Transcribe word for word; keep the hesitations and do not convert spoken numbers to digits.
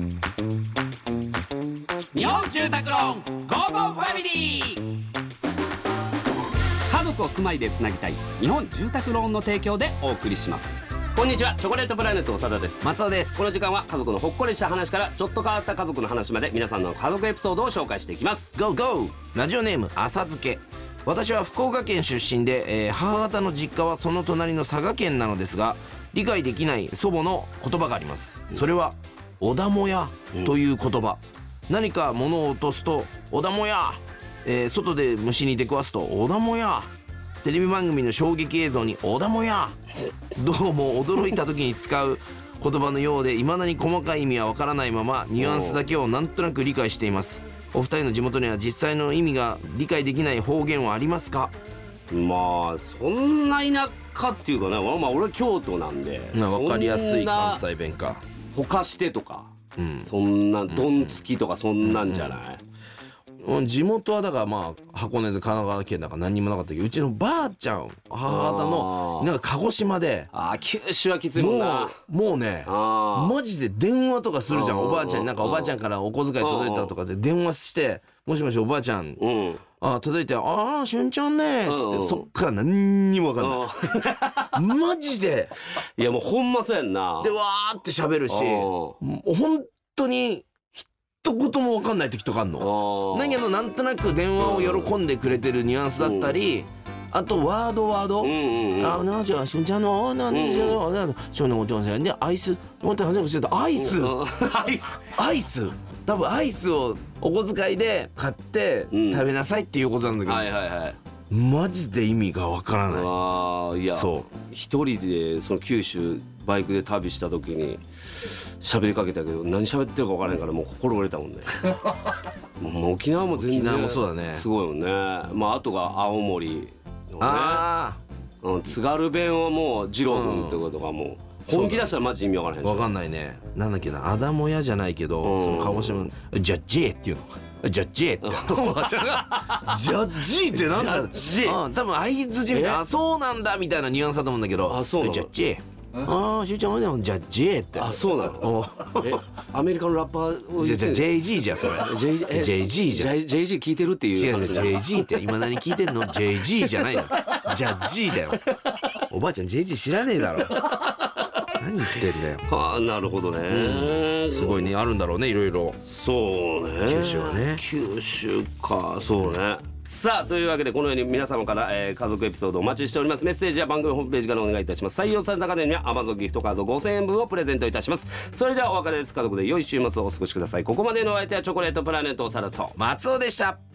日本住宅ローンゴーゴーファミリー。家族を住まいでつなぎたい日本住宅ローンの提供でお送りします。こんにちは、チョコレートプラネット長田です。 松尾です。 この時間は家族のほっこりした話からちょっと変わった家族の話まで皆さんの家族エピソードを紹介していきます。 ゴーゴー。ラジオネーム浅漬け。私は福岡県出身で、えー、母方の実家はその隣の佐賀県なのですが、理解できない祖母の言葉があります。それはおだもやという言葉、うん、何か物を落とすとおだもや、えー、外で虫に出くわすとおだもや、テレビ番組の衝撃映像におだもや、どうも驚いた時に使う言葉のようで、未だに細かい意味はわからないままニュアンスだけをなんとなく理解しています。お二人の地元には実際の意味が理解できない方言はありますか？ まあそんな田舎っていうかね、まあ俺は京都なんで分かりやすい関西弁か。 ほかしてとか、 うん、 そんなどんつきとかそんなんじゃない、うんうんうん、地元はだからまあ箱根で神奈川県だから何にもなかったけど、うちのばあちゃん母方のなんか鹿児島で、 あ九州はきついもんな。 もう、もうねマジで電話とかするじゃん。おばあちゃんになんかおばあちゃんからお小遣い届いたとかで電話して、もしもしおばあちゃん、うん、あ届いて、ああしゅんちゃんねっつって、うんうん、そっから何にも分かんないマジで。 いやもうほんまそうやんな。 でわーって喋るし、もう本当に一言も分かんない時とかあんの。だけどなんとなく電話を喜んでくれてるニュアンスだったり、うん、あとワードワード、うんうんうん、あなじゃあしゅんちゃんのなんでしょうしょうのお父さんでアイスもっと話してたアイス、うん、アイスアイス多分アイスをお小遣いで買って食べなさいっていうことなんだけど、うん、はいはいはい、マジで意味がわからない。 あいやそう一人でその九州バイクで旅した時に喋りかけたけど何喋ってるか分からへんからもう心折れたもんねもう沖縄も全然沖縄もそうだね、すごいもんね。まああとが青森のね、あ、うん、津軽弁はもう二郎君ってことがもう、うん本気出したらマジ意味わからへんし。わかんないね。なんだっけな、あだもやじゃないけど、うん、その鹿児島ジャッジーっていうの。ジャッジーっておばあちゃんがジャッジーってなんだ。ジャッジー、うん、多分相づちみたいな、あそうなんだみたいなニュアンスだと思うんだけど、あそうなのジャッジー、ああしゅうちゃんはでもジャッジーって。あそうなのえアメリカのラッパーをじゃじゃ ジェイジー じゃそれ ジェイジー ジェイジー じゃ ジェイジー 聞いてるっていう。違う違う ジェイジー って今何聞いてんの ジェイジー じゃないのジャッジーだよ。おばあちゃん ジェイジー 知らねえだろ何言ってんだよ。 はあなるほどね、 うん、すごいねあるんだろうねいろいろ。 そうね九州はね。 九州かそうね。さあというわけでこのように皆様から、えー、家族エピソードお待ちしております。メッセージや番組ホームページからお願いいたします。採用された方には Amazon ギフトカードごせんえんぶんをプレゼントいたします。それではお別れです。家族で良い週末をお過ごしください。ここまでのお相手はチョコレートプラネット長田と松尾でした。